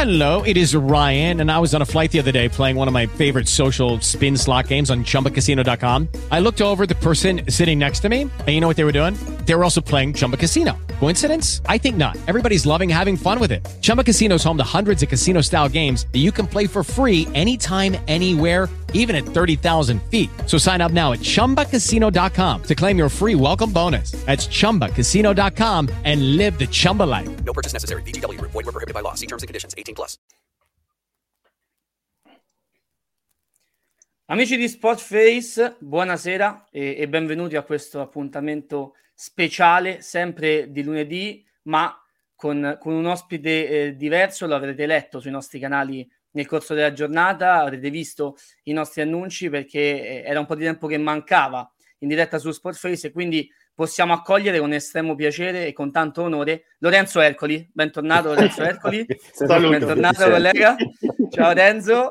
Hello, it is Ryan, and I was on a flight the other day playing one of my favorite social spin slot games on ChumbaCasino.com. I looked over at the person sitting next to me, and you know what they were doing? They were also playing Chumba Casino. Coincidence? I think not. Everybody's loving having fun with it. Chumba Casino is home to hundreds of casino-style games that you can play for free anytime, anywhere, even at 30,000 feet. So sign up now at ChumbaCasino.com to claim your free welcome bonus. That's ChumbaCasino.com and live the Chumba life. No purchase necessary. VGW. Void where prohibited by law. See terms and conditions. 18+. Amici di Sportface, buonasera e benvenuti a questo appuntamento speciale, sempre di lunedì, ma con un ospite diverso. Lo avrete letto sui nostri canali nel corso della giornata, avrete visto i nostri annunci, perché era un po' di tempo che mancava in diretta su Sportface, e quindi possiamo accogliere con estremo piacere e con tanto onore Lorenzo Ercoli. Bentornato Lorenzo Ercoli. Bentornato collega. Ciao Renzo.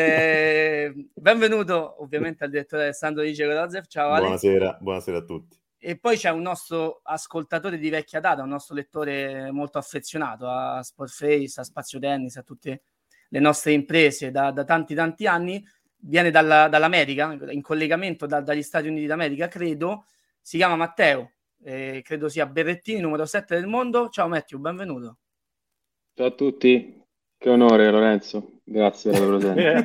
Benvenuto ovviamente al direttore Alessandro Di Gerozev. Ciao Ale. Buonasera a tutti. E poi c'è un nostro ascoltatore di vecchia data, un nostro lettore molto affezionato a Sportface, a Spazio Tennis, a tutte le nostre imprese da tanti anni. Viene dall'America, in collegamento dagli Stati Uniti d'America, credo. Si chiama Matteo, credo sia Berrettini, numero 7 del mondo. Ciao Matthew, benvenuto. Ciao a tutti, che onore Lorenzo, grazie per la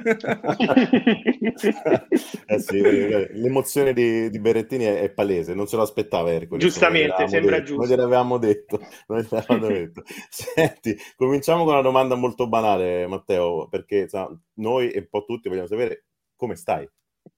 presenza. Sì, l'emozione di Berrettini è palese, non se lo aspettava Ercole. Giustamente, sembra giusto. Noi gliel'avevamo detto. Senti, cominciamo con una domanda molto banale, Matteo, perché noi e un po' tutti vogliamo sapere come stai.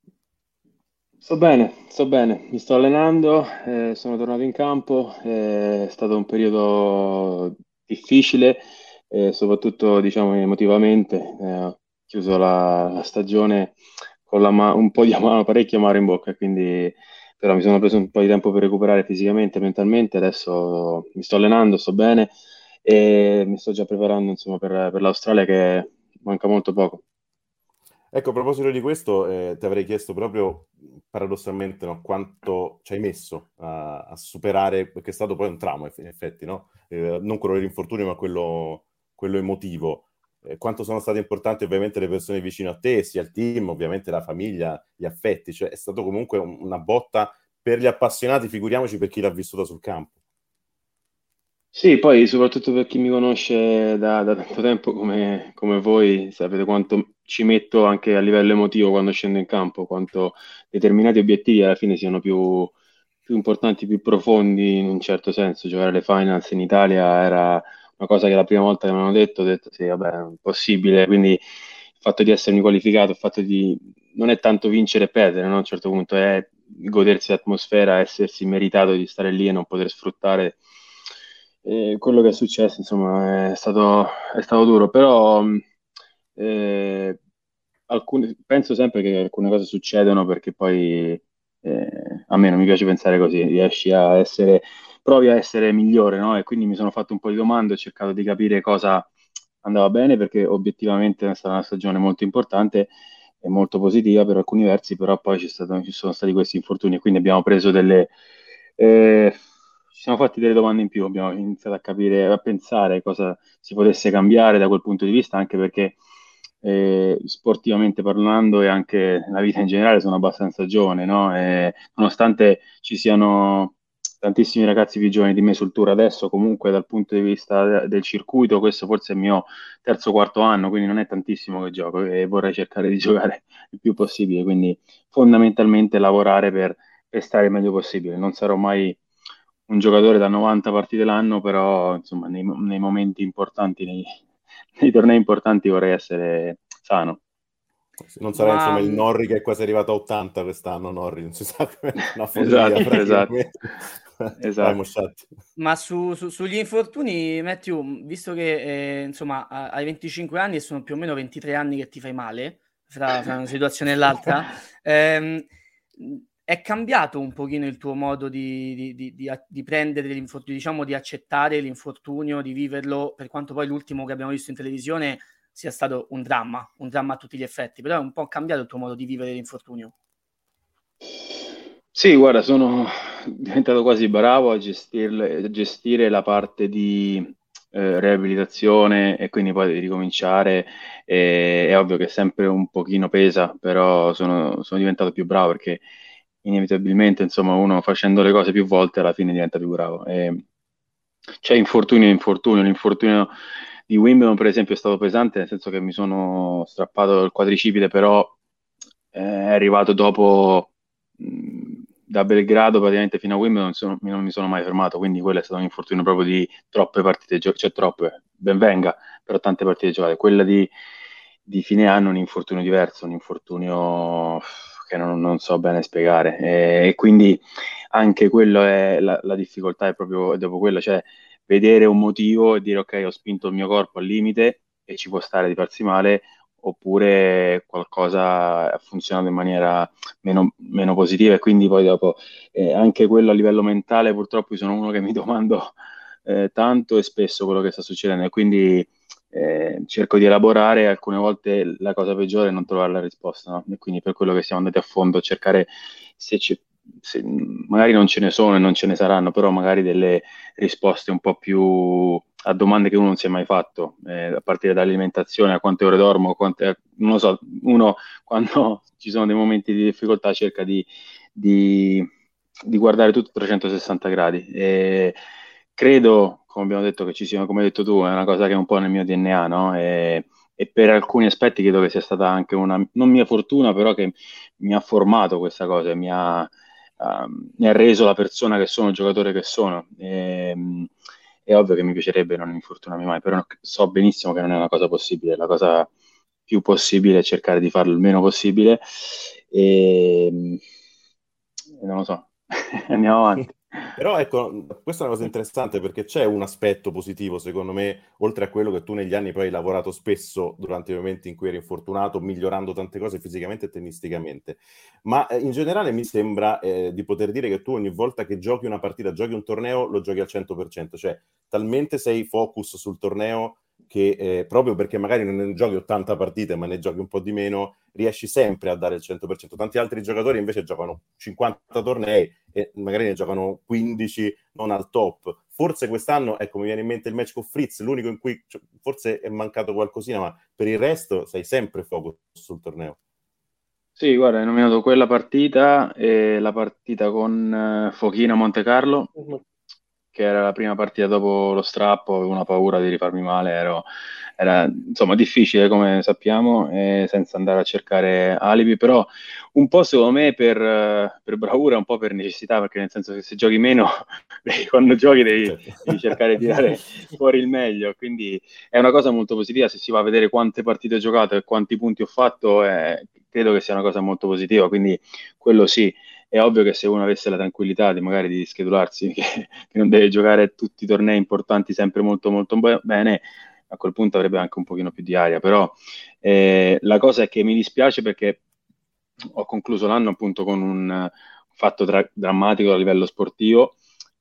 Sto bene, mi sto allenando, sono tornato in campo, è stato un periodo difficile, soprattutto diciamo emotivamente, ho chiuso la stagione con un po' di parecchio amaro in bocca, quindi però mi sono preso un po' di tempo per recuperare fisicamente e mentalmente. Adesso mi sto allenando, sto bene e mi sto già preparando insomma per l'Australia, che manca molto poco. Ecco, a proposito di questo, ti avrei chiesto proprio paradossalmente, no, quanto ci hai messo a superare, perché è stato poi un trauma in effetti, no? Non quello dell'infortunio, ma quello emotivo. Quanto sono state importanti ovviamente le persone vicino a te, sia il team, ovviamente la famiglia, gli affetti, cioè è stato comunque una botta per gli appassionati, figuriamoci per chi l'ha vissuta sul campo. Sì, poi soprattutto per chi mi conosce da tanto tempo come voi, sapete quanto ci metto anche a livello emotivo quando scendo in campo, quanto determinati obiettivi alla fine siano più importanti, più profondi in un certo senso. Giocare le finals in Italia era una cosa che la prima volta che mi hanno detto, ho detto sì, vabbè, è impossibile. Quindi il fatto di essermi qualificato, il fatto di non è tanto vincere e perdere, no? A un certo punto è godersi l'atmosfera, essersi meritato di stare lì e non poter sfruttare quello che è successo. Insomma, è stato duro, però penso sempre che alcune cose succedono perché poi a me non mi piace pensare così, provi a essere migliore, no? E quindi mi sono fatto un po' di domande, ho cercato di capire cosa andava bene, perché obiettivamente è stata una stagione molto importante e molto positiva per alcuni versi, però poi ci sono stati questi infortuni e quindi abbiamo preso ci siamo fatti delle domande in più, abbiamo iniziato a capire, a pensare cosa si potesse cambiare da quel punto di vista, anche perché sportivamente parlando e anche la vita in generale sono abbastanza giovane, no? E nonostante ci siano tantissimi ragazzi più giovani di me sul tour adesso, comunque dal punto di vista del circuito, questo forse è il mio terzo o quarto anno, quindi non è tantissimo che gioco e vorrei cercare di giocare il più possibile, quindi fondamentalmente lavorare per stare il meglio possibile. Non sarò mai un giocatore da 90 partite l'anno, però insomma nei momenti importanti, nei tornei importanti vorrei essere sano. Non sarà insomma il Norri che è quasi arrivato a 80 quest'anno, Norri, non si sa come una follia. Esatto. Ma sugli infortuni, Matthew, visto che insomma hai 25 anni e sono più o meno 23 anni che ti fai male fra una situazione e l'altra, è cambiato un pochino il tuo modo di prendere l'infortunio, diciamo di accettare l'infortunio, di viverlo, per quanto poi l'ultimo che abbiamo visto in televisione sia stato un dramma a tutti gli effetti, però è un po' cambiato il tuo modo di vivere l'infortunio. Sì, guarda, sono diventato quasi bravo a gestire la parte di riabilitazione e quindi poi devi ricominciare. È ovvio che sempre un pochino pesa, però sono diventato più bravo perché inevitabilmente, insomma, uno facendo le cose più volte alla fine diventa più bravo. C'è infortunio e infortunio. L'infortunio di Wimbledon, per esempio, è stato pesante, nel senso che mi sono strappato il quadricipite, però è arrivato dopo, da Belgrado praticamente fino a Wimbledon, non mi sono mai fermato, quindi quello è stato un infortunio proprio di troppe partite, cioè troppe, ben venga, però tante partite giocate. Quella di fine anno è un infortunio diverso, un infortunio che non so bene spiegare, e quindi anche quello è la difficoltà, è proprio dopo quello, cioè vedere un motivo e dire ok, ho spinto il mio corpo al limite e ci può stare di farsi male, oppure qualcosa ha funzionato in maniera meno positiva, e quindi poi dopo anche quello a livello mentale, purtroppo io sono uno che mi domando tanto e spesso quello che sta succedendo, e quindi cerco di elaborare. Alcune volte la cosa peggiore è non trovare la risposta, no? E quindi per quello che siamo andati a fondo a cercare se magari non ce ne sono e non ce ne saranno, però magari delle risposte un po' più a domande che uno non si è mai fatto, a partire dall'alimentazione, a quante ore dormo, non lo so, uno quando ci sono dei momenti di difficoltà cerca di guardare tutto a 360 gradi. E credo, come abbiamo detto, che ci sia, come hai detto tu, è una cosa che è un po' nel mio DNA, no? E per alcuni aspetti credo che sia stata anche una, non mia fortuna, però che mi ha formato questa cosa, mi ha reso la persona che sono, il giocatore che sono. È ovvio che mi piacerebbe non infortunarmi mai, però so benissimo che non è una cosa possibile. La cosa più possibile è cercare di farlo il meno possibile, e non lo so. Andiamo avanti. Però ecco, questa è una cosa interessante perché c'è un aspetto positivo, secondo me, oltre a quello che tu negli anni poi hai lavorato spesso durante i momenti in cui eri infortunato, migliorando tante cose fisicamente e tennisticamente. Ma in generale mi sembra di poter dire che tu ogni volta che giochi una partita, giochi un torneo, lo giochi al 100%, cioè talmente sei focus sul torneo che proprio perché magari non ne giochi 80 partite ma ne giochi un po' di meno, riesci sempre a dare il 100%. Tanti altri giocatori invece giocano 50 tornei e magari ne giocano 15 non al top. Forse quest'anno, ecco, mi viene in mente il match con Fritz, l'unico in cui forse è mancato qualcosina, ma per il resto sei sempre focus sul torneo. Sì, guarda, hai nominato quella partita e la partita con Fochina Monte Carlo, che era la prima partita dopo lo strappo, avevo una paura di rifarmi male, era insomma difficile come sappiamo, senza andare a cercare alibi, però un po' secondo me per bravura, un po' per necessità, perché nel senso che se giochi meno, quando giochi devi cercare di tirare fuori il meglio, quindi è una cosa molto positiva. Se si va a vedere quante partite ho giocato e quanti punti ho fatto, credo che sia una cosa molto positiva, quindi quello sì. È ovvio che se uno avesse la tranquillità di magari di schedularsi, che non deve giocare tutti i tornei importanti sempre molto molto bene, a quel punto avrebbe anche un pochino più di aria. Però la cosa è che mi dispiace perché ho concluso l'anno appunto con un fatto drammatico a livello sportivo,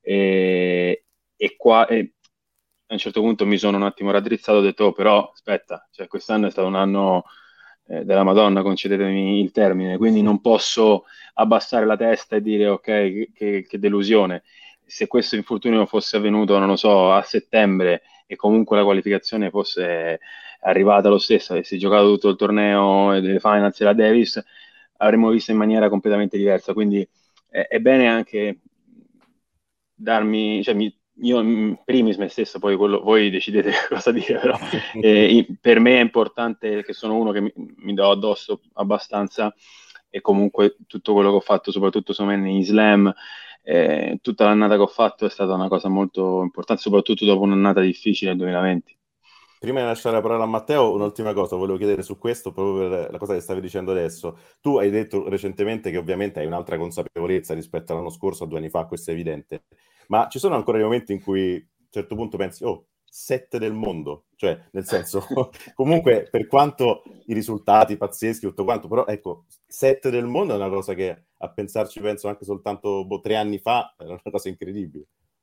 e a un certo punto mi sono un attimo raddrizzato, ho detto "Oh, però aspetta, cioè, quest'anno è stato un anno della Madonna, concedetemi il termine, quindi non posso abbassare la testa e dire ok, che delusione. Se questo infortunio fosse avvenuto, non lo so, a settembre, e comunque la qualificazione fosse arrivata lo stesso, avessi giocato tutto il torneo delle finals e la Davis, avremmo visto in maniera completamente diversa. Quindi è bene anche darmi, cioè io primis me stesso, poi voi decidete cosa dire, però per me è importante che sono uno che mi do addosso abbastanza, e comunque tutto quello che ho fatto, soprattutto negli slam, tutta l'annata che ho fatto è stata una cosa molto importante, soprattutto dopo un'annata difficile nel 2020. Prima di lasciare la parola a Matteo, un'ultima cosa volevo chiedere su questo, proprio per la cosa che stavi dicendo adesso. Tu hai detto recentemente che ovviamente hai un'altra consapevolezza rispetto all'anno scorso, a 2 anni fa, questo è evidente, ma ci sono ancora dei momenti in cui a un certo punto pensi, oh, 7 del mondo, cioè nel senso, comunque per quanto i risultati pazzeschi, tutto quanto, però ecco, 7 del mondo è una cosa che a pensarci penso anche soltanto 3 anni fa, è una cosa incredibile.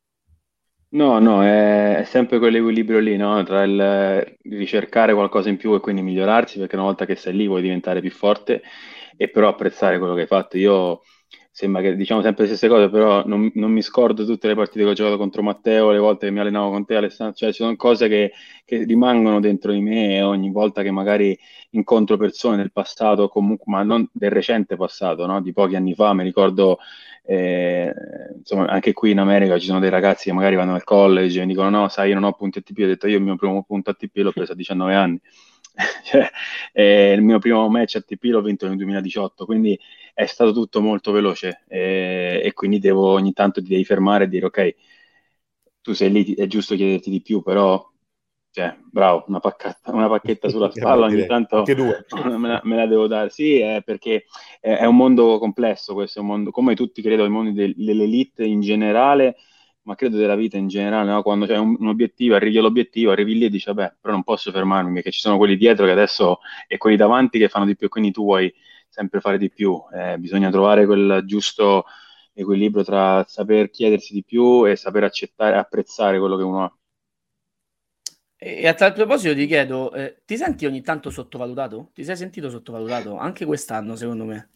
No, è sempre quell'equilibrio lì, no? Tra il ricercare qualcosa in più e quindi migliorarsi, perché una volta che sei lì vuoi diventare più forte, e però apprezzare quello che hai fatto. Io sembra che diciamo sempre le stesse cose, però non mi scordo tutte le partite che ho giocato contro Matteo, le volte che mi allenavo con te, Alessandro, cioè ci sono cose che rimangono dentro di me e ogni volta che magari incontro persone del passato, comunque, ma non del recente passato, no? Di pochi anni fa, mi ricordo, insomma, anche qui in America ci sono dei ragazzi che magari vanno al college e mi dicono no, sai, io non ho punti ATP, ho detto io il mio primo punto ATP l'ho preso a 19 anni. Cioè, il mio primo match ATP l'ho vinto nel 2018, quindi è stato tutto molto veloce e quindi ogni tanto ti devi fermare e dire ok, tu sei lì, è giusto chiederti di più, però cioè, bravo, una pacchetta sulla spalla ogni tanto anche due. me la devo dare. Sì, perché è un mondo complesso questo, è un mondo, come tutti credo, i mondi dell'elite in generale, ma credo della vita in generale, no? Quando c'è un obiettivo, arrivi all'obiettivo, arrivi lì e dici, vabbè, però non posso fermarmi, perché ci sono quelli dietro che adesso e quelli davanti che fanno di più, quindi tu vuoi sempre fare di più. Bisogna trovare quel giusto equilibrio tra saper chiedersi di più e saper accettare e apprezzare quello che uno ha. E a tal proposito ti chiedo, ti senti ogni tanto sottovalutato? Ti sei sentito sottovalutato? Anche quest'anno, secondo me.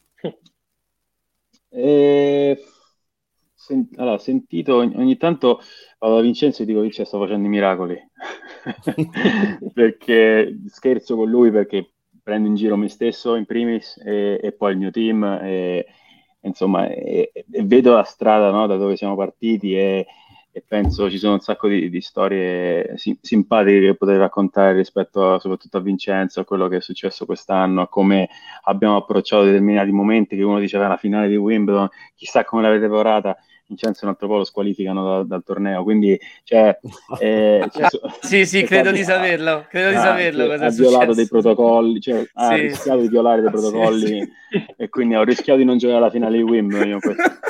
Allora, sentito ogni tanto vado da Vincenzo e dico Vincenzo sta facendo i miracoli perché scherzo con lui perché prendo in giro me stesso in primis e poi il mio team insomma e vedo la strada, no, da dove siamo partiti e penso ci sono un sacco di storie simpatiche che potrei raccontare rispetto soprattutto a Vincenzo, a quello che è successo quest'anno, a come abbiamo approcciato determinati momenti che uno diceva la finale di Wimbledon, chissà come l'avete preparata. Vincenzo un altro po' lo squalificano dal torneo, quindi cioè, sì, credo di saperlo cosa ha violato dei protocolli, cioè, ha rischiato di violare dei protocolli e quindi ho rischiato di non giocare alla finale di Wimbledon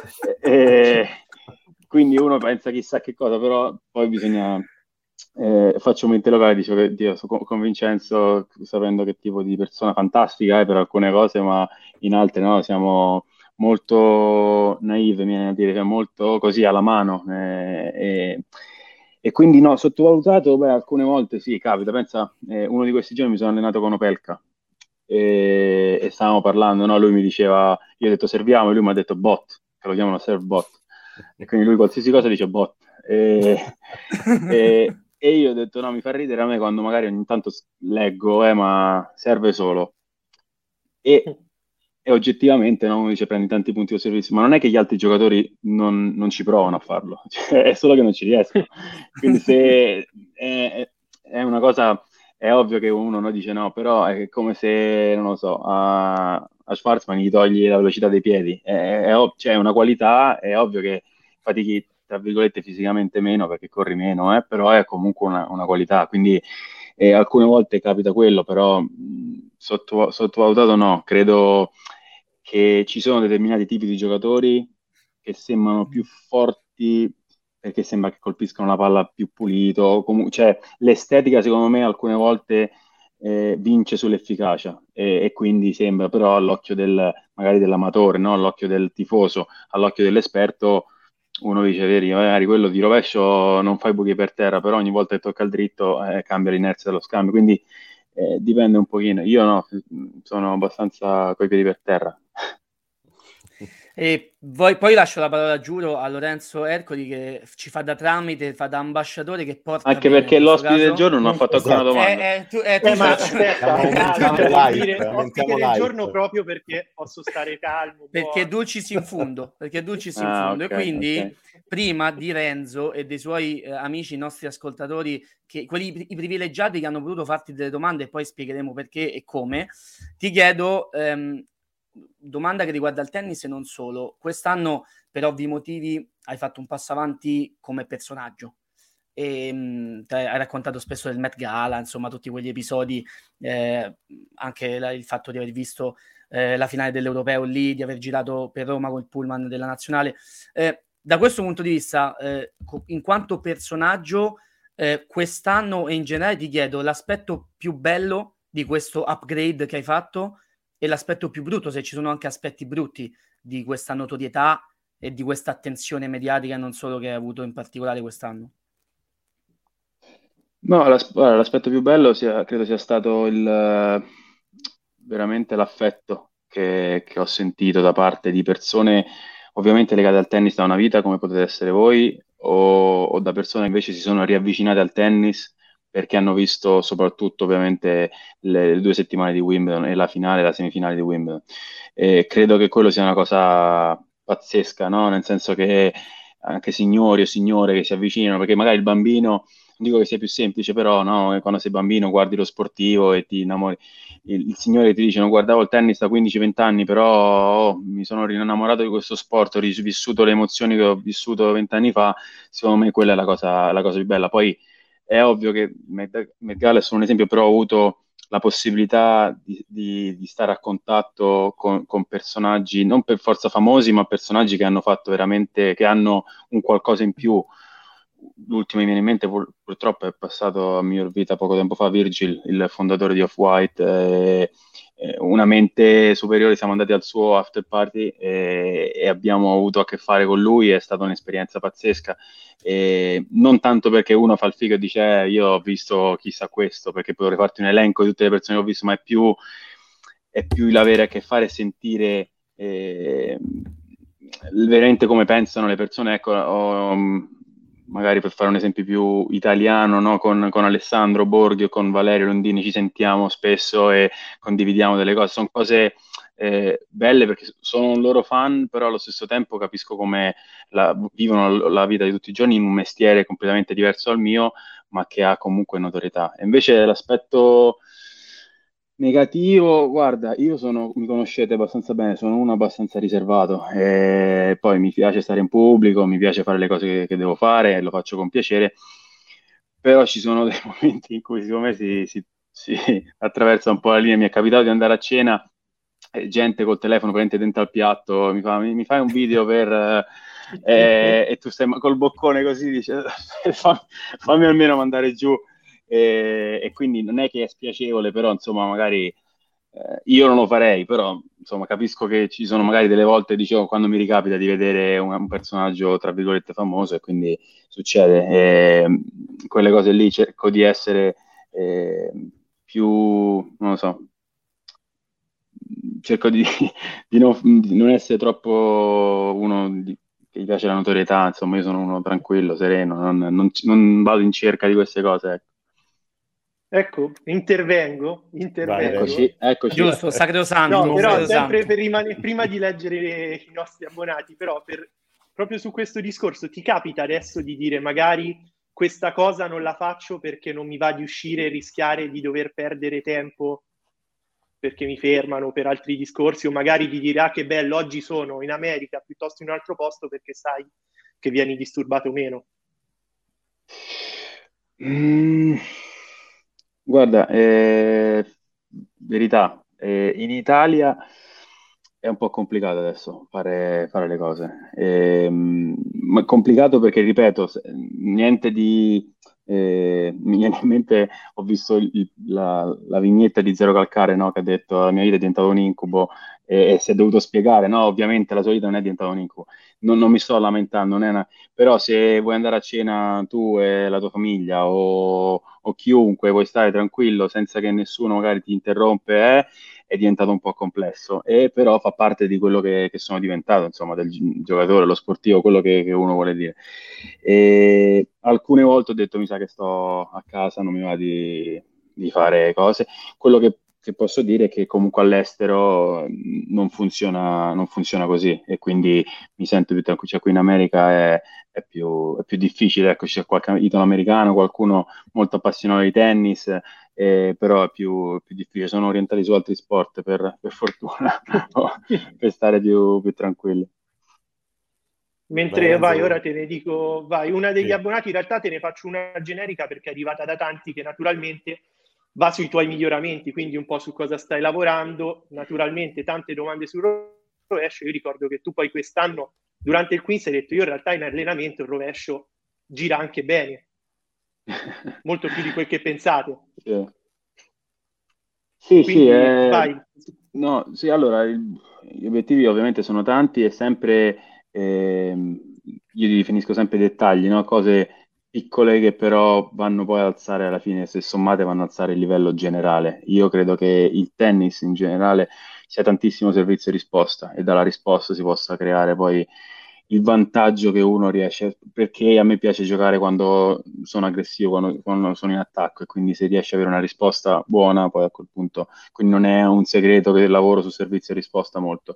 quindi uno pensa chissà che cosa, però poi bisogna faccio un mente locale, dicevo che Dio, con Vincenzo sapendo che tipo di persona fantastica è per alcune cose, ma in altre no, siamo molto naive, mi viene a dire, cioè molto così alla mano e quindi no, sottovalutato, beh, alcune volte sì, capita, pensa, uno di questi giorni mi sono allenato con Opelka e stavamo parlando, no? Lui mi diceva, io ho detto serviamo e lui mi ha detto bot, che lo chiamano serve bot e quindi lui qualsiasi cosa dice bot e io ho detto no, mi fa ridere a me quando magari ogni tanto leggo ma serve solo e oggettivamente no, uno dice prendi tanti punti di servizio, ma non è che gli altri giocatori non ci provano a farlo, cioè, è solo che non ci riescono. Quindi se è una cosa, è ovvio che uno no, dice no, però è come se, non lo so, a Schwarzman gli togli la velocità dei piedi, cioè, è una qualità, è ovvio che fatichi, tra virgolette, fisicamente meno perché corri meno, però è comunque una qualità, quindi alcune volte capita quello, però sottovalutato no, credo che ci sono determinati tipi di giocatori che sembrano più forti perché sembra che colpiscono la palla più pulito, cioè l'estetica secondo me alcune volte vince sull'efficacia e quindi sembra però all'occhio magari dell'amatore, no? All'occhio del tifoso, all'occhio dell'esperto uno dice, vedi, magari quello di rovescio non fa i buchi per terra, però ogni volta che tocca il dritto cambia l'inerzia dello scambio, quindi dipende un pochino. Io no, sono abbastanza coi piedi per terra. E poi lascio la parola, giuro, a Lorenzo Ercoli che ci fa da tramite, fa da ambasciatore che porta anche bene, perché l'ospite caso del giorno non ha fatto ancora una domanda. Ma aspetta, aumentiamo del giorno proprio perché posso stare calmo. Perché Dulcis in fondo, e quindi prima di Renzo e dei suoi amici, i nostri ascoltatori, i privilegiati che hanno voluto farti delle domande e poi spiegheremo perché e come, ti chiedo domanda che riguarda il tennis e non solo. Quest'anno per ovvi motivi hai fatto un passo avanti come personaggio e hai raccontato spesso del Met Gala, insomma tutti quegli episodi, anche il fatto di aver visto la finale dell'Europeo lì, di aver girato per Roma col pullman della nazionale. Da questo punto di vista, in quanto personaggio, quest'anno e in generale ti chiedo l'aspetto più bello di questo upgrade che hai fatto e l'aspetto più brutto, se ci sono anche aspetti brutti di questa notorietà e di questa attenzione mediatica non solo che hai avuto in particolare quest'anno. No, l'aspetto più bello credo sia stato veramente l'affetto che ho sentito da parte di persone ovviamente legate al tennis da una vita, come potete essere voi, o da persone che invece si sono riavvicinate al tennis perché hanno visto soprattutto ovviamente le 2 settimane di Wimbledon e la finale, la semifinale di Wimbledon. E credo che quello sia una cosa pazzesca, no? Nel senso che anche signori o signore che si avvicinano, perché magari il bambino, non dico che sia più semplice, però no, quando sei bambino guardi lo sportivo e ti innamori. Il signore che ti dice: non guardavo il tennis da 15-20 anni, però mi sono rinnamorato di questo sport, ho vissuto le emozioni che ho vissuto 20 anni fa. Secondo me quella è la cosa più bella. Poi è ovvio che McGuinness è un esempio, però ho avuto la possibilità di stare a contatto con personaggi, non per forza famosi, ma personaggi che hanno fatto veramente, che hanno un qualcosa in più. L'ultimo che mi viene in mente purtroppo è passato a miglior vita poco tempo fa, Virgil, il fondatore di Off-White, una mente superiore. Siamo andati al suo after party e abbiamo avuto a che fare con lui, è stata un'esperienza pazzesca. Non tanto perché uno fa il figo e dice io ho visto chissà questo, perché potrei farti un elenco di tutte le persone che ho visto, ma è più l'avere a che fare e sentire veramente come pensano le persone. Ecco, magari per fare un esempio più italiano, no? Con Alessandro Borghi o con Valerio Londini ci sentiamo spesso e condividiamo delle cose. Sono cose belle perché sono un loro fan, però allo stesso tempo capisco come vivono la vita di tutti i giorni in un mestiere completamente diverso dal mio, ma che ha comunque notorietà. E invece l'aspetto negativo, guarda, mi conoscete abbastanza bene, sono uno abbastanza riservato, e poi mi piace stare in pubblico, mi piace fare le cose che devo fare, e lo faccio con piacere, però ci sono dei momenti in cui secondo me si attraversa un po' la linea. Mi è capitato di andare a cena, gente col telefono praticamente dentro al piatto, mi fai un video e tu stai col boccone così, dice fammi almeno mandare giù. E quindi non è che è spiacevole, però insomma magari io non lo farei, però insomma capisco che ci sono magari delle volte, dicevo, quando mi ricapita di vedere un personaggio tra virgolette famoso, e quindi succede. Quelle cose lì cerco di essere più, non lo so, cerco di non essere troppo uno che gli piace la notorietà. Insomma, io sono uno tranquillo, sereno, non vado in cerca di queste cose, ecco. Ecco, intervengo. Eccoci. Giusto, sacrosanto. No, però sacrosanto. sempre prima di leggere i nostri abbonati, però proprio su questo discorso, ti capita adesso di dire magari questa cosa non la faccio perché non mi va di uscire e rischiare di dover perdere tempo perché mi fermano per altri discorsi, o magari di dire che bello, oggi sono in America piuttosto in un altro posto perché sai che vieni disturbato meno? Guarda, verità, in Italia è un po' complicato adesso fare le cose. Ma è complicato perché, ripeto, niente di... mi viene in mente, ho visto la vignetta di Zero Calcare, no? Che ha detto la mia vita è diventata un incubo, e si è dovuto spiegare, no? Ovviamente la sua vita non è diventata un incubo. Non mi sto lamentando, però se vuoi andare a cena tu e la tua famiglia o chiunque, vuoi stare tranquillo senza che nessuno magari ti interrompe, è diventato un po' complesso, e però fa parte di quello che sono diventato, insomma, del giocatore, lo sportivo, quello che uno vuole dire. E alcune volte ho detto mi sa che sto a casa, non mi va di fare cose. Quello che posso dire è che comunque all'estero non funziona così, e quindi mi sento più tranquillo. Cioè, qui in America è più difficile, ecco, c'è qualche italo-americano, qualcuno molto appassionato di tennis, però è più difficile. Sono orientati su altri sport, per fortuna, per stare più tranquilli. Mentre vai, ora te ne dico, vai, una degli abbonati, in realtà te ne faccio una generica perché è arrivata da tanti, che naturalmente va sui tuoi miglioramenti, quindi un po' su cosa stai lavorando, naturalmente tante domande sul rovescio. Io ricordo che tu poi quest'anno durante il quiz hai detto io in realtà in allenamento il rovescio gira anche bene, molto più di quel che pensate. Sì, vai. No, sì, allora gli obiettivi ovviamente sono tanti, e sempre io li definisco sempre dettagli, no? Cose piccole che però vanno poi ad alzare, alla fine, se sommate, vanno ad alzare il livello generale. Io credo che il tennis in generale sia tantissimo servizio e risposta, e dalla risposta si possa creare poi il vantaggio che uno riesce, perché a me piace giocare quando sono aggressivo, quando sono in attacco, e quindi se riesci ad avere una risposta buona, poi a quel punto, quindi non è un segreto che lavoro su servizio e risposta molto.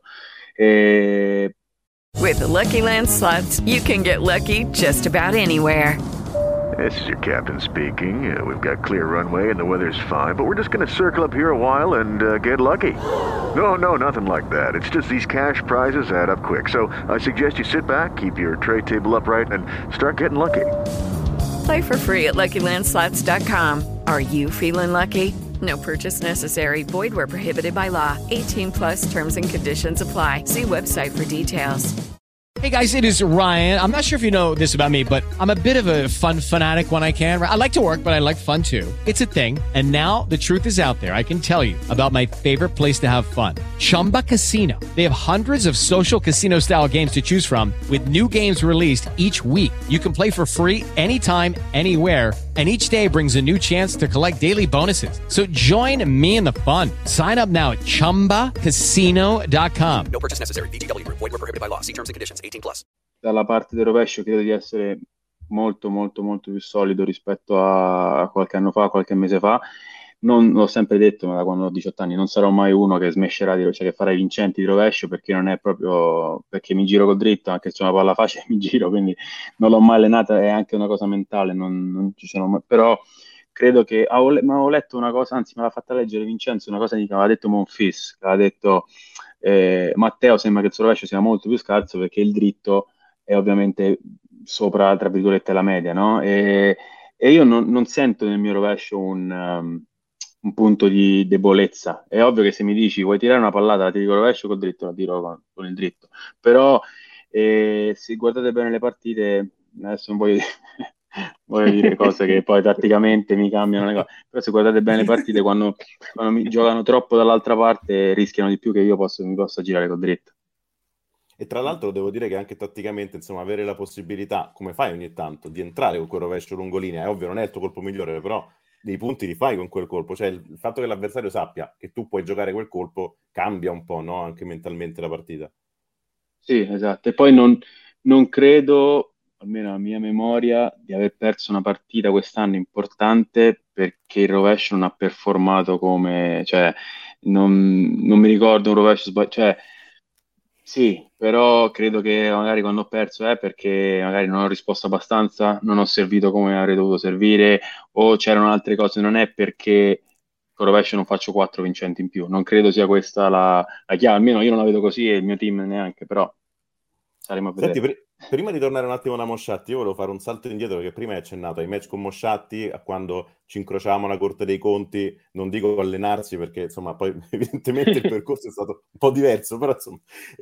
E... With the Lucky Land Slots, you can get lucky just about anywhere. This is your captain speaking. We've got clear runway and the weather's fine, but we're just going to circle up here a while and get lucky. No, nothing like that. It's just these cash prizes add up quick. So I suggest you sit back, keep your tray table upright, and start getting lucky. Play for free at LuckyLandSlots.com. Are you feeling lucky? No purchase necessary. Void where prohibited by law. 18+ terms and conditions apply. See website for details. Hey guys, it is Ryan. I'm not sure if you know this about me, but I'm a bit of a fun fanatic when I can. I like to work, but I like fun too. It's a thing. And now the truth is out there. I can tell you about my favorite place to have fun. Chumba Casino. They have hundreds of social casino style games to choose from with new games released each week. You can play for free anytime, anywhere. And each day brings a new chance to collect daily bonuses. So join me in the fun. Sign up now at ChumbaCasino.com. No purchase necessary. VGW Group. Void where prohibited by law. See terms and conditions. 18+. Dalla parte del rovescio credo di essere molto molto molto più solido rispetto a qualche anno fa, qualche mese fa. Non l'ho sempre detto, ma da quando ho 18 anni non sarò mai uno che smasherà cioè che farà i vincenti di rovescio, perché non è proprio perché mi giro col dritto, anche se c'è una palla facile mi giro, quindi non l'ho mai allenata, è anche una cosa mentale, non ci sono mai, però credo che ma ho letto una cosa, anzi me l'ha fatta leggere Vincenzo, una cosa che aveva detto Monfils, che aveva detto Matteo sembra che il suo rovescio sia molto più scarso perché il dritto è ovviamente sopra, tra virgolette, la media, no? E io non sento nel mio rovescio un punto di debolezza. È ovvio che se mi dici vuoi tirare una pallata, la tiri con il rovescio, col dritto la tiro con il dritto. Però se guardate bene le partite, adesso non voglio dire cose che poi tatticamente mi cambiano le cose, però se guardate bene le partite, quando mi giocano troppo dall'altra parte rischiano di più che io mi possa girare col dritto. E tra l'altro devo dire che anche tatticamente, insomma, avere la possibilità, come fai ogni tanto, di entrare con quel rovescio lungolinea, è ovvio, non è il tuo colpo migliore, però dei punti li fai con quel colpo. Cioè il fatto che l'avversario sappia che tu puoi giocare quel colpo cambia un po', no? Anche mentalmente la partita. Sì, esatto. E poi non credo, almeno la mia memoria, di aver perso una partita quest'anno importante perché il rovescio non ha performato come... Cioè, non mi ricordo un rovescio sbagliato. Cioè, sì, però credo che magari quando ho perso è perché magari non ho risposto abbastanza, non ho servito come avrei dovuto servire, o c'erano altre cose. Non è perché con rovescio non faccio 4 vincenti in più. Non credo sia questa la chiave, almeno io non la vedo così e il mio team neanche, però saremo a vedere. Senti, prima di tornare un attimo da Mosciatti, io volevo fare un salto indietro perché prima hai accennato ai match con Mosciatti, a quando ci incrociamo alla Corte dei Conti, non dico allenarsi perché insomma poi evidentemente il percorso è stato un po' diverso, però insomma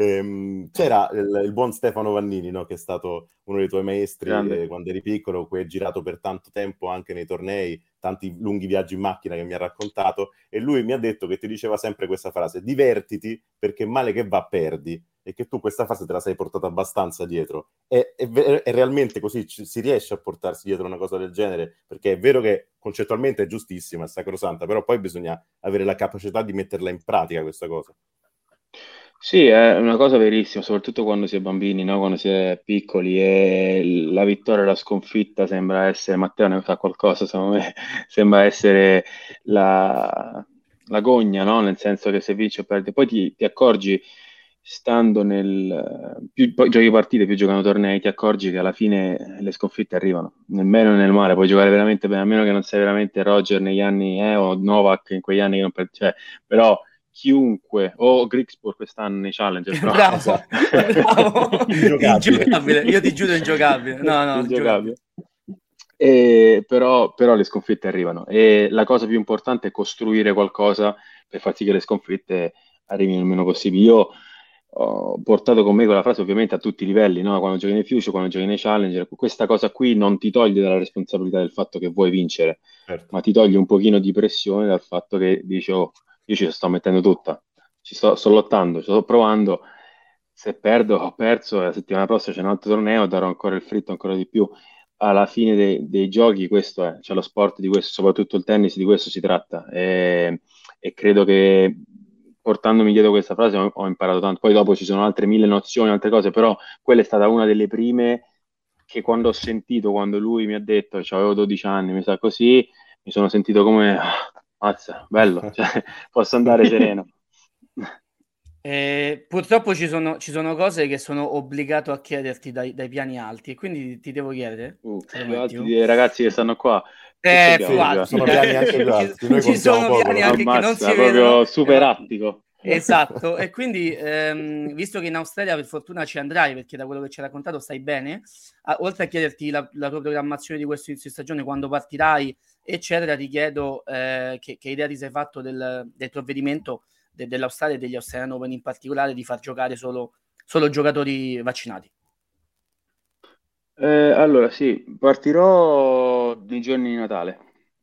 c'era il buon Stefano Vannini, no? Che è stato uno dei tuoi maestri quando eri piccolo, che hai girato per tanto tempo anche nei tornei, tanti lunghi viaggi in macchina che mi ha raccontato, e lui mi ha detto che ti diceva sempre questa frase: divertiti perché male che va perdi. E che tu questa fase te la sei portata abbastanza dietro. È realmente così? Si riesce a portarsi dietro una cosa del genere? Perché è vero che concettualmente è giustissima, è sacrosanta, però poi bisogna avere la capacità di metterla in pratica questa cosa. Sì, è una cosa verissima, soprattutto quando si è bambini, no? Quando si è piccoli, e la vittoria e la sconfitta sembra essere, Matteo ne sa qualcosa, secondo me, sembra essere la gogna, no? Nel senso che se vinci o perdi, poi ti accorgi, stando poi giochi partite, più giocano tornei, ti accorgi che alla fine le sconfitte arrivano, nel bene o nel male. Puoi giocare veramente bene, a meno che non sei veramente Roger negli anni, o Novak in quegli anni che non cioè, però chiunque, o Grigspur quest'anno nei Challenger, però, bravo, esatto. bravo. Ingiocabile, io ti giuro ingiocabile. No, ingiocabile. Però le sconfitte arrivano, e la cosa più importante è costruire qualcosa per far sì che le sconfitte arrivino il meno possibile. Io ho portato con me quella frase ovviamente a tutti i livelli, no? Quando giochi nei Future, quando giochi nei Challenger, questa cosa qui non ti toglie dalla responsabilità del fatto che vuoi vincere, certo, ma ti toglie un pochino di pressione dal fatto che dici: oh, io ci sto mettendo tutta, sto lottando, ci sto provando, se perdo ho perso, la settimana prossima c'è un altro torneo, darò ancora il fritto ancora di più. Alla fine dei giochi questo è, cioè lo sport di questo, soprattutto il tennis, di questo si tratta, e credo che portandomi dietro questa frase ho imparato tanto. Poi dopo ci sono altre 1000 nozioni, altre cose, però quella è stata una delle prime che quando ho sentito, quando lui mi ha detto, cioè, avevo 12 anni, mi sa così, mi sono sentito come, mazza, bello, cioè, posso andare sereno. Purtroppo ci sono cose che sono obbligato a chiederti dai piani alti, e quindi ti devo chiedere, se lo Più alti metti. dei ragazzi che stanno qua. Più alti. Sono piani anche più alti. Noi Ci contiamo sono poco, piani no? anche che non si Ammazza, proprio vedono. super attico. Esatto, e quindi visto che in Australia per fortuna ci andrai, perché da quello che ci hai raccontato stai bene, oltre a chiederti la tua programmazione di questo inizio di stagione, quando partirai, eccetera, ti chiedo che idea ti sei fatto del provvedimento dell'Australia e degli Australian Open in particolare di far giocare solo giocatori vaccinati. Allora sì, partirò nei giorni di Natale,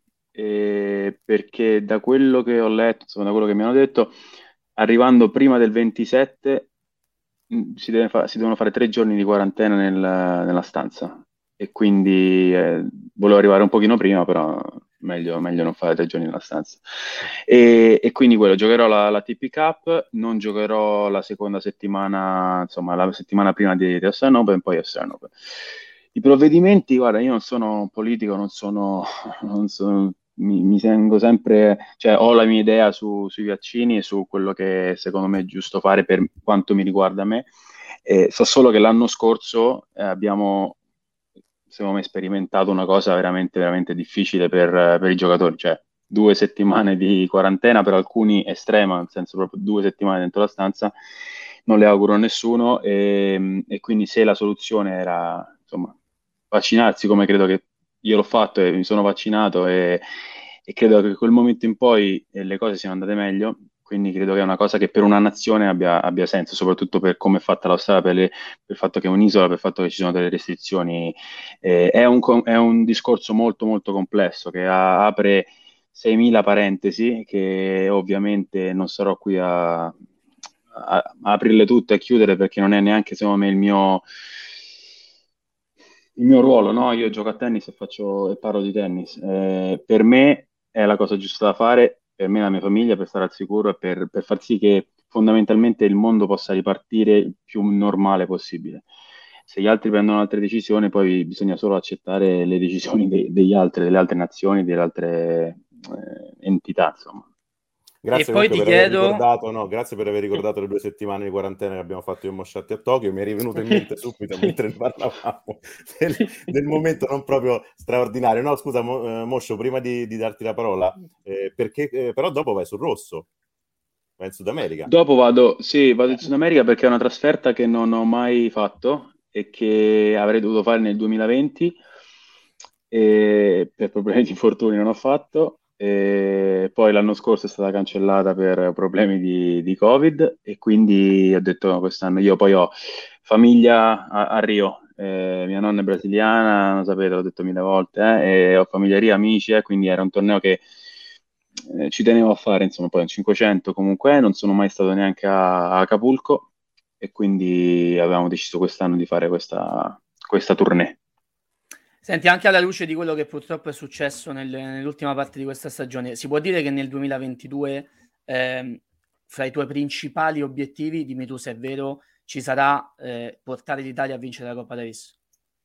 perché da quello che ho letto, insomma, da quello che mi hanno detto, arrivando prima del 27 si devono fare 3 giorni di quarantena nella stanza, e quindi volevo arrivare un pochino prima, però meglio non fare 3 giorni nella stanza. E quindi giocherò la ATP Cup, non giocherò la seconda settimana, insomma la settimana prima di Australian Open, poi Australian Open. I provvedimenti, guarda, io non sono un politico, non sono mi tengo sempre, cioè ho la mia idea sui vaccini e su quello che secondo me è giusto fare per quanto mi riguarda me. So solo che l'anno scorso abbiamo, secondo me, sperimentato una cosa veramente, veramente difficile per i giocatori, cioè 2 settimane di quarantena, per alcuni estrema, nel senso proprio 2 settimane dentro la stanza, non le auguro a nessuno, e quindi se la soluzione era, insomma, vaccinarsi, come credo che io l'ho fatto e mi sono vaccinato, e credo che da quel momento in poi le cose siano andate meglio, quindi credo che è una cosa che per una nazione abbia senso, soprattutto per come è fatta l'Australia, per il fatto che è un'isola, per il fatto che ci sono delle restrizioni. È un discorso molto molto complesso che apre 6.000 parentesi, che ovviamente non sarò qui a aprirle tutte e chiudere, perché non è neanche, secondo me, il mio ruolo, no? Io gioco a tennis e parlo di tennis. Per me è la cosa giusta da fare, per me e la mia famiglia, per stare al sicuro e per far sì che fondamentalmente il mondo possa ripartire il più normale possibile. Se gli altri prendono altre decisioni, poi bisogna solo accettare le decisioni degli altri, delle altre nazioni, delle altre entità, insomma. Grazie E poi comunque ti per aver chiedo- ricordato, grazie per aver ricordato le 2 settimane di quarantena che abbiamo fatto io e Mosciatti a Tokyo. Mi è rivenuto in mente subito mentre ne parlavamo del momento non proprio straordinario. No, scusa, Moscio, prima di darti la parola, perché però dopo vai sul rosso, vai in Sud America. Dopo vado in Sud America, perché è una trasferta che non ho mai fatto e che avrei dovuto fare nel 2020, e per problemi di infortuni non ho fatto. E poi l'anno scorso è stata cancellata per problemi di Covid, e quindi ho detto no, quest'anno. Io poi ho famiglia a Rio, mia nonna è brasiliana, lo sapete, l'ho detto 1000 volte, e ho famiglia a Rio, amici, quindi era un torneo che ci tenevo a fare, insomma. Poi un 500 comunque, non sono mai stato neanche a Acapulco, e quindi avevamo deciso quest'anno di fare questa tournée. Senti, anche alla luce di quello che purtroppo è successo nell'ultima parte di questa stagione, si può dire che nel 2022, fra i tuoi principali obiettivi, dimmi tu se è vero, ci sarà portare l'Italia a vincere la Coppa Davis?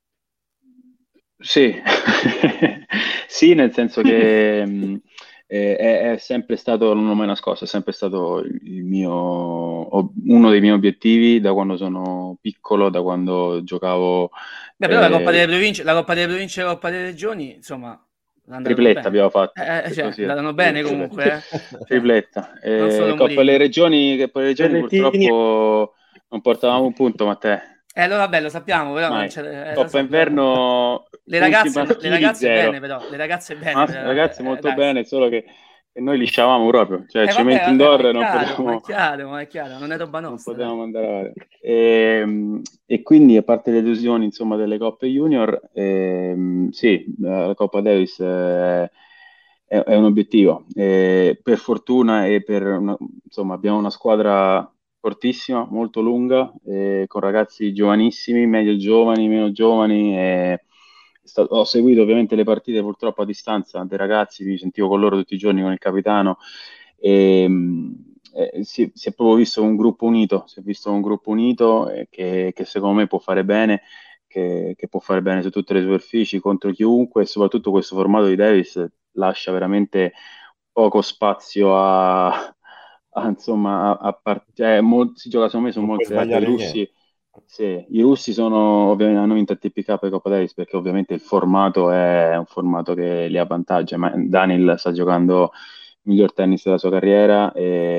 Sì, sì, nel senso che è sempre stato, non l'ho mai nascosto, è sempre stato uno dei miei obiettivi da quando sono piccolo, da quando giocavo. Beh, però la Coppa delle Province e la Coppa delle Regioni, insomma, Tripletta abbiamo fatto. cioè, Così, andano bene comunque. Tripletta. Non solo Coppa Mourinho. delle Regioni, che poi le Regioni Berrettini. purtroppo non portavamo un punto, Matteo. Allora vabbè, lo sappiamo, però Mai. non c'è, Coppa Inverno, le ragazze maschili, zero. bene, però le ragazze bene, Ragazzi molto dai. bene, solo che noi lisciavamo proprio, cioè ci Vabbè, metti ma indoor e è non chiaro, potevamo, ma è chiaro, non è roba non nostra. potevamo andare avanti. E quindi, a parte le delusioni, insomma, delle coppe junior, sì, la Coppa Davis è un obiettivo. Per fortuna insomma, abbiamo una squadra fortissima, molto lunga, con ragazzi giovanissimi, medio giovani, meno giovani. Ho seguito ovviamente le partite purtroppo a distanza dei ragazzi, mi sentivo con loro tutti i giorni, con il capitano, e si è proprio visto un gruppo unito, si è visto un gruppo unito che secondo me può fare bene, che può fare bene su tutte le superfici contro chiunque, e soprattutto questo formato di Davis lascia veramente poco spazio insomma, si gioca secondo me su Non puoi molte. Poi i sbagliare russi, niente. sì, i russi hanno vinto il TPK e Coppa Davis perché ovviamente il formato è un formato che li avvantaggia, ma Daniel sta giocando il miglior tennis della sua carriera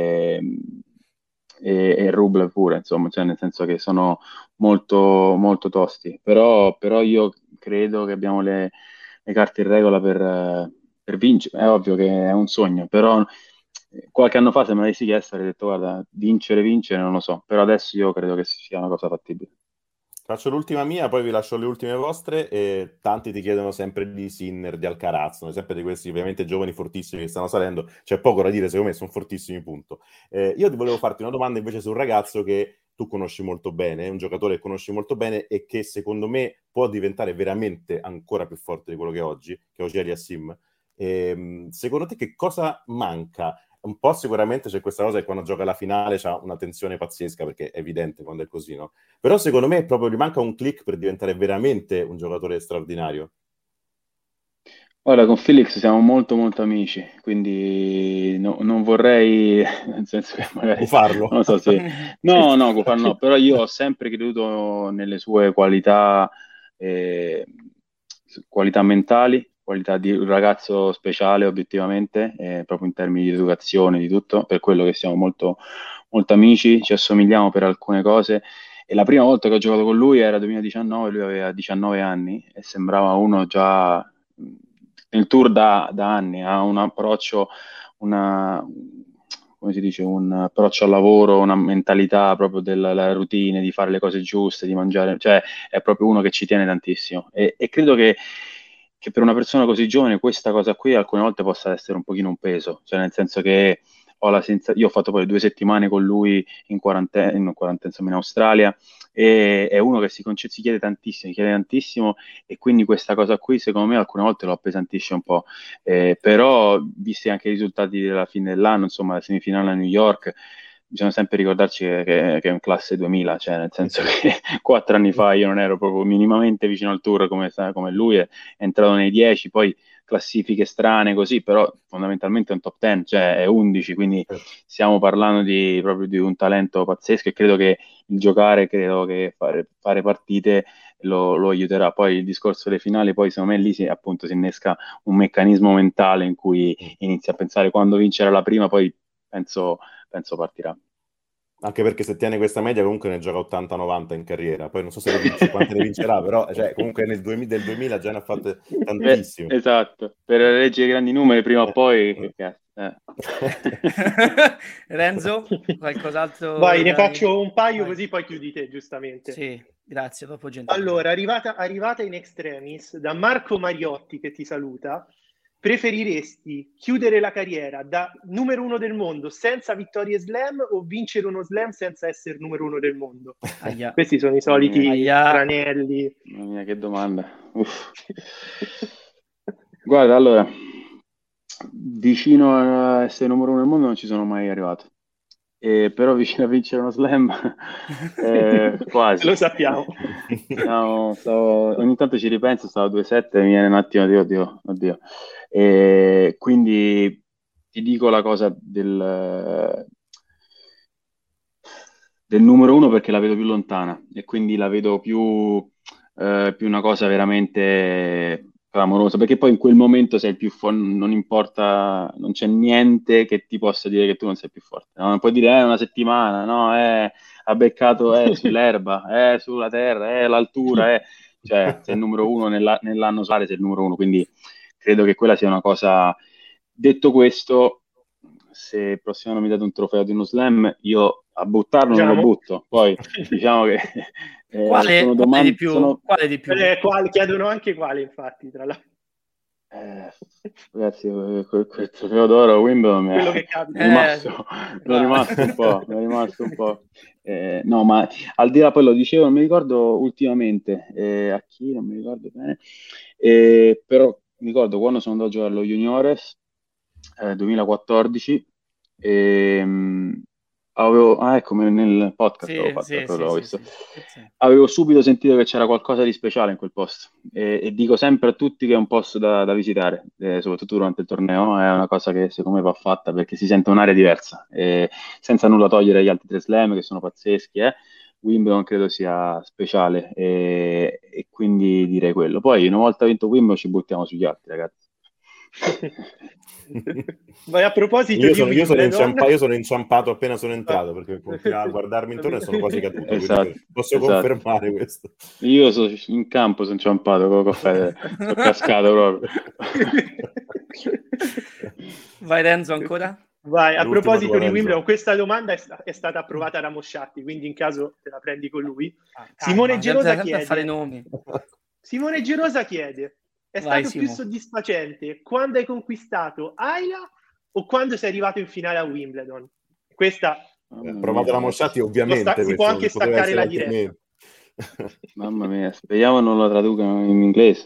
e Rublev pure, insomma, cioè nel senso che sono molto, molto tosti, però io credo che abbiamo le carte in regola per vincere. È ovvio che è un sogno, però qualche anno fa se me l'avessi chiesto avrei detto guarda, vincere non lo so, però adesso io credo che sia una cosa fattibile. Faccio l'ultima mia, poi vi lascio le ultime vostre. E tanti ti chiedono sempre di Sinner, di Alcaraz, sono sempre di questi ovviamente giovani fortissimi che stanno salendo. C'è poco da dire, secondo me sono fortissimi, punto. Io ti volevo farti una domanda invece su un ragazzo che tu conosci molto bene, un giocatore che conosci molto bene e che secondo me può diventare veramente ancora più forte di quello che è oggi, che è Auger Aliassime. Secondo te che cosa manca? Un po' sicuramente c'è questa cosa che quando gioca la finale c'ha una tensione pazzesca, perché è evidente quando è così, no? Però secondo me proprio gli manca un click per diventare veramente un giocatore straordinario. Ora con Felix siamo molto molto amici, quindi non vorrei, nel senso che magari, Farlo. non lo so se. No, no, Gufar no, però io ho sempre creduto nelle sue eh, qualità mentali, qualità di un ragazzo speciale obiettivamente, proprio in termini di educazione, di tutto, per quello che siamo molto, molto amici, ci assomigliamo per alcune cose. E la prima volta che ho giocato con lui era 2019, lui aveva 19 anni e sembrava uno già nel tour da anni, ha un approccio, una, come si dice, un approccio al lavoro, una mentalità proprio della routine, di fare le cose giuste, di mangiare, cioè è proprio uno che ci tiene tantissimo. E credo che per una persona così giovane questa cosa qui alcune volte possa essere un pochino un peso, cioè nel senso che io ho fatto poi 2 settimane con lui in quarantena insomma in Australia, e è uno che si chiede tantissimo, e quindi questa cosa qui secondo me alcune volte lo appesantisce un po'. Però visti anche i risultati della fine dell'anno, insomma la semifinale a New York, bisogna sempre ricordarci che è un classe 2000, cioè nel senso che 4 anni fa io non ero proprio minimamente vicino al tour come lui, è entrato nei 10, poi classifiche strane così, però fondamentalmente è un top 10, cioè è 11, quindi stiamo parlando proprio di un talento pazzesco, e credo che il giocare, credo che fare partite lo aiuterà. Poi il discorso delle finali, poi secondo me lì appunto si innesca un meccanismo mentale in cui inizi a pensare quando vincerà la prima, poi penso partirà. Anche perché se tiene questa media comunque ne gioca 80-90 in carriera. Poi non so se le vince, quante ne vincerà, però cioè, comunque del 2000 già ne ha fatte tantissime. Esatto, per leggere i grandi numeri prima o poi, che cazzo. Renzo, qualcos'altro? Vai, ne faccio un paio così poi chiudi te, giustamente. Sì, grazie, troppo gentile. Allora, arrivata in extremis da Marco Mariotti, che ti saluta. Preferiresti chiudere la carriera da numero 1 del mondo senza vittorie slam o vincere uno slam senza essere numero 1 del mondo? Aia. Questi sono i soliti tranelli. Mamma mia, che domanda. Uff. Guarda, allora, vicino a essere numero 1 del mondo non ci sono mai arrivato. Però vicino a vincere uno slam quasi. Lo sappiamo. No, ogni tanto ci ripenso, stavo a 2-7 e mi viene un attimo di oddio. Quindi ti dico la cosa del numero 1 perché la vedo più lontana, e quindi la vedo più una cosa veramente clamorosa, perché poi in quel momento sei il più forte, non importa, non c'è niente che ti possa dire che tu non sei più forte, no? Non puoi dire una settimana, no, ha beccato sull'erba, sulla terra, l'altura, cioè sei il numero 1 nell'anno solare, sei il numero 1, quindi credo che quella sia una cosa. Detto questo, se il prossimo anno mi date un trofeo di uno slam, io a buttarlo non lo butto, poi diciamo che quale di più? Quale di più? Chiedono anche quale, infatti, tra l'altro. Ragazzi, quel trofeo d'oro a Wimbledon mi è rimasto un po'. No, ma al di là, poi lo dicevo, non mi ricordo ultimamente a chi, non mi ricordo bene, però mi ricordo quando sono andato a giocare allo Juniores 2014, Ecco, nel podcast Sì, avevo fatto, sì, ecco, sì, l'avevo sì, visto. sì. Avevo subito sentito che c'era qualcosa di speciale in quel posto e dico sempre a tutti che è un posto da visitare, soprattutto durante il torneo, è una cosa che secondo me va fatta perché si sente un'area diversa, senza nulla togliere agli altri tre slam che sono pazzeschi, Wimbledon credo sia speciale e quindi direi quello. Poi una volta vinto Wimbledon ci buttiamo sugli altri, ragazzi. Ma a proposito Io di sono Wimbledon, inciampato appena sono entrato perché continuavo a guardarmi intorno e sono quasi caduto, Esatto, quindi posso esatto. confermare questo. Io sono in campo, sono inciampato con Federer, sono cascato proprio. Vai Renzo ancora? Vai, a L'ultima proposito tua, di Renzo. Wimbledon, questa domanda è stata approvata da Mosciatti, quindi in caso te la prendi con lui. Calma, Simone Gerosa sempre a fare chiede, nomi. Simone Gerosa chiede, è Vai, stato più Simo. soddisfacente quando hai conquistato Ayla o quando sei arrivato in finale a Wimbledon? Questa Provato la Mosciatti, ovviamente si può anche non poteva staccare essere la diretta. altrimenti. Mamma mia, speriamo non lo traducano in inglese.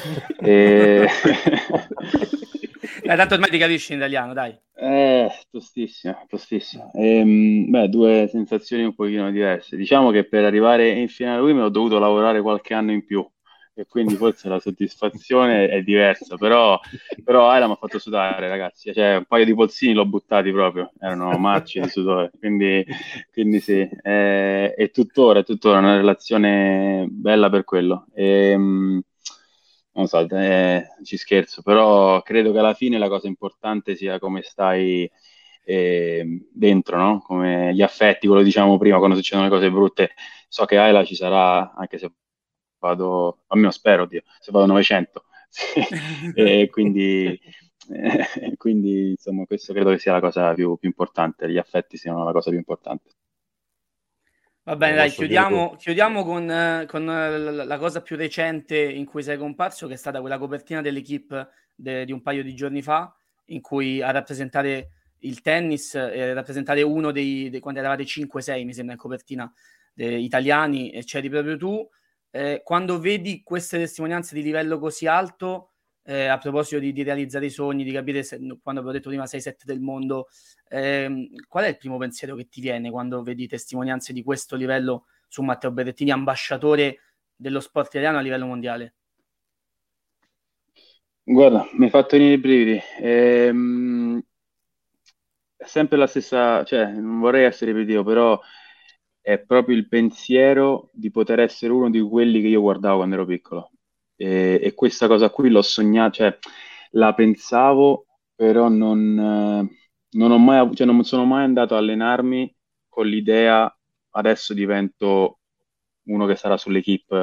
Dai, tanto ormai ti capisci in italiano, dai. Tostissimo, tostissimo. Due sensazioni un pochino diverse. Diciamo che per arrivare in finale a Wimbledon ho dovuto lavorare qualche anno in più e quindi forse la soddisfazione è diversa, però Ayla mi ha fatto sudare, ragazzi. Cioè, un paio di polsini l'ho buttati proprio, erano marci di sudore, quindi sì, è tuttora una relazione bella per quello. Non so, ci scherzo, però credo che alla fine la cosa importante sia come stai dentro, no? Come gli affetti, quello diciamo prima, quando succedono le cose brutte. So che Ayla ci sarà, anche se vado, almeno spero, Dio, se vado 900. E quindi insomma, questo credo che sia la cosa più importante, gli affetti siano la cosa più importante. Va bene, dai, Posso dire chiudiamo con la cosa più recente in cui sei comparso, che è stata quella copertina dell'Equipe di un paio di giorni fa, in cui a rappresentare il tennis, rappresentare uno quando eravate 5-6, mi sembra, in copertina italiani, e c'eri proprio tu. Quando vedi queste testimonianze di livello così alto, a proposito di realizzare i sogni, di capire, quando avevo detto prima 6-7 del mondo, qual è il primo pensiero che ti viene quando vedi testimonianze di questo livello su Matteo Berrettini, ambasciatore dello sport italiano a livello mondiale? Guarda, mi hai fatto venire i brividi. È sempre la stessa, cioè, non vorrei essere ripetitivo, però è proprio il pensiero di poter essere uno di quelli che io guardavo quando ero piccolo. E questa cosa qui l'ho sognata, cioè, la pensavo, però non ho mai, cioè, non sono mai andato a allenarmi con l'idea adesso divento uno che sarà sull'Equipe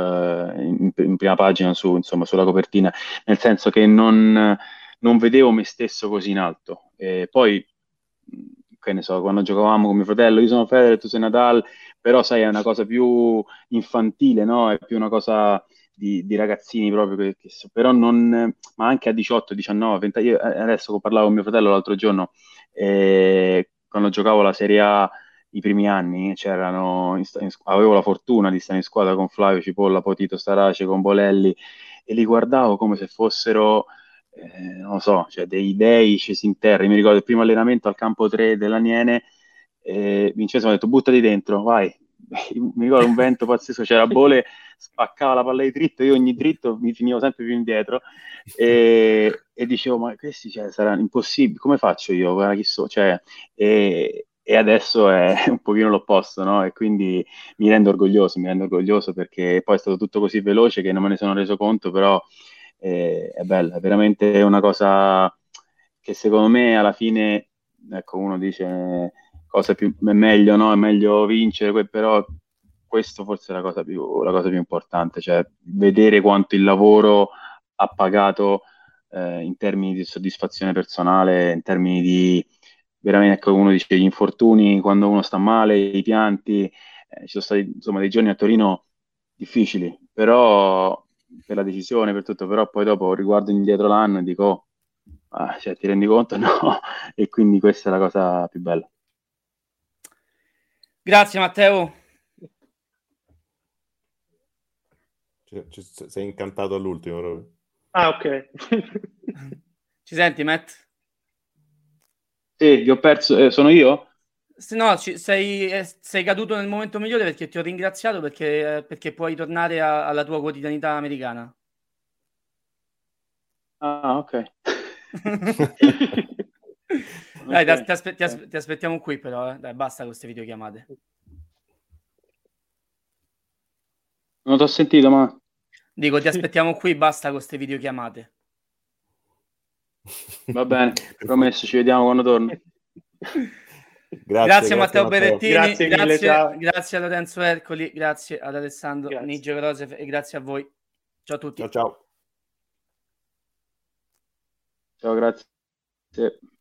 in prima pagina, insomma, sulla copertina, nel senso che non vedevo me stesso così in alto. E poi, che ne so, quando giocavamo con mio fratello, io sono Federer, tu sei Nadal, però sai, è una cosa più infantile, no? È più una cosa di ragazzini proprio, però non, ma anche a 18, 19, 20, io adesso parlavo con mio fratello l'altro giorno, quando giocavo la Serie A i primi anni, avevo la fortuna di stare in squadra con Flavio Cipolla, poi Tito Starace, con Bolelli, e li guardavo come se fossero non lo so, cioè dei dei scesi in terra. Io mi ricordo il primo allenamento al campo 3 dell'Aniene, Vincenzo mi ha detto buttati dentro, vai. Mi ricordo un vento pazzesco, c'era Bole, spaccava la palla di dritto, io ogni dritto mi finivo sempre più indietro e dicevo ma questi saranno impossibili, come faccio io? Guarda chi so, cioè, e adesso è un pochino l'opposto, no? E quindi mi rendo orgoglioso perché poi è stato tutto così veloce che non me ne sono reso conto, però è bella, è veramente una cosa che secondo me alla fine, ecco, uno dice cosa più è meglio, no? È meglio vincere, però questo forse è la cosa più importante, cioè vedere quanto il lavoro ha pagato in termini di soddisfazione personale, in termini di veramente, ecco, uno dice gli infortuni quando uno sta male, i pianti, ci sono stati insomma dei giorni a Torino difficili, però per la decisione, per tutto, però poi dopo riguardo indietro l'anno e dico, cioè, ti rendi conto? No, e quindi questa è la cosa più bella. Grazie Matteo. Sei incantato all'ultimo proprio. Ah, ok. Ci senti, Matt? Sì, vi ho perso, sono io? No, sei caduto nel momento migliore perché ti ho ringraziato perché puoi tornare alla tua quotidianità americana. Ah, ok. Dai, Ok. ti aspettiamo qui però, dai, basta con queste videochiamate. Non ti ho sentito, ma... Dico, ti aspettiamo qui, basta con queste videochiamate. Va bene, promesso, ci vediamo quando torno. Grazie Matteo Berrettini, Grazie mille, ciao. grazie a Lorenzo Ercoli, grazie ad Alessandro Grazie. Nigel Rosef e grazie a voi. Ciao a tutti. Ciao. Ciao, grazie.